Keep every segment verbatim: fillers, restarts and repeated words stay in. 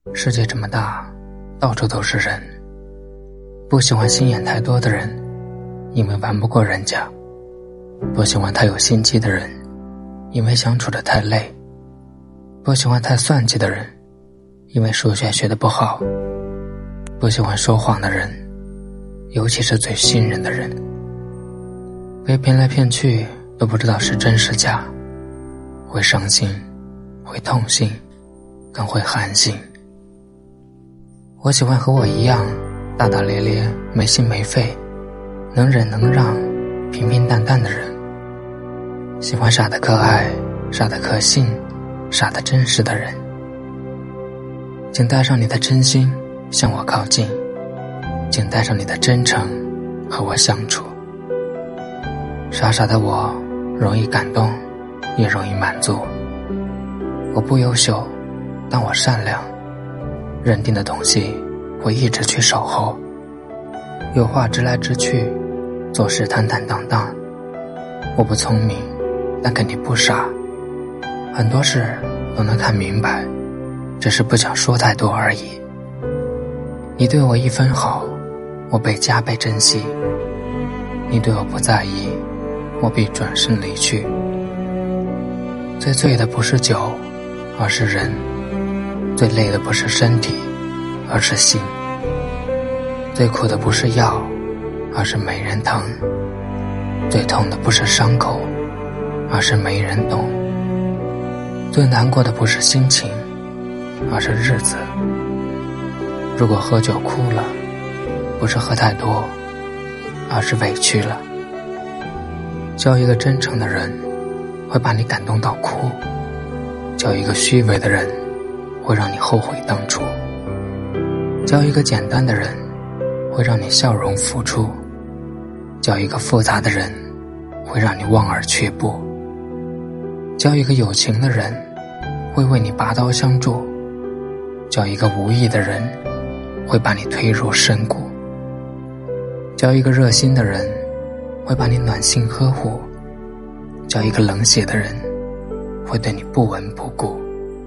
世界这么大，到处都是人。不喜欢心眼太多的人，因为玩不过人家；不喜欢太有心机的人，因为相处得太累；不喜欢太算计的人，因为数学学得不好；不喜欢说谎的人，尤其是最信任的人。被骗来骗去都不知道是真是假，会伤心，会痛心，更会寒心。我喜欢和我一样大大咧咧，没心没肺，能忍能让，平平淡淡的人。喜欢傻得可爱，傻得可信，傻得真实的人。请带上你的真心向我靠近，请带上你的真诚和我相处。傻傻的我容易感动，也容易满足。我不优秀，但我善良，认定的东西会一直去守候。有话直来直去，做事坦坦荡荡。我不聪明，但肯定不傻，很多事都能看明白，只是不想说太多而已。你对我一分好，我被加倍珍惜；你对我不在意，我必转身离去。最醉的不是酒，而是人；最累的不是身体，而是心；最苦的不是药，而是没人疼；最痛的不是伤口，而是没人懂；最难过的不是心情，而是日子。如果喝酒哭了，不是喝太多，而是委屈了。交一个真诚的人，会把你感动到哭；交一个虚伪的人，会让你后悔当初；交一个简单的人，会让你笑容付出；交一个复杂的人，会让你望而却步；交一个有情的人，会为你拔刀相助；交一个无意的人，会把你推入深谷；交一个热心的人，会把你暖心呵护；交一个冷血的人，会对你不闻不顾。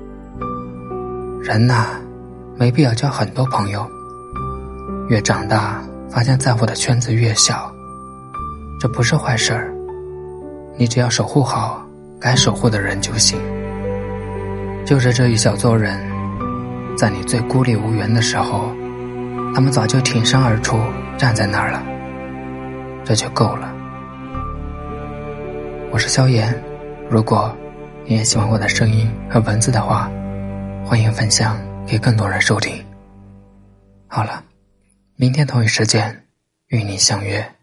人呐，没必要交很多朋友，越长大发现在乎的圈子越小，这不是坏事儿，你只要守护好该守护的人就行。就是这一小撮人，在你最孤立无援的时候，他们早就挺身而出，站在那儿了，这就够了。我是萧炎，如果你也喜欢我的声音和文字的话，欢迎分享给更多人收听。好了，明天同一时间与你相约。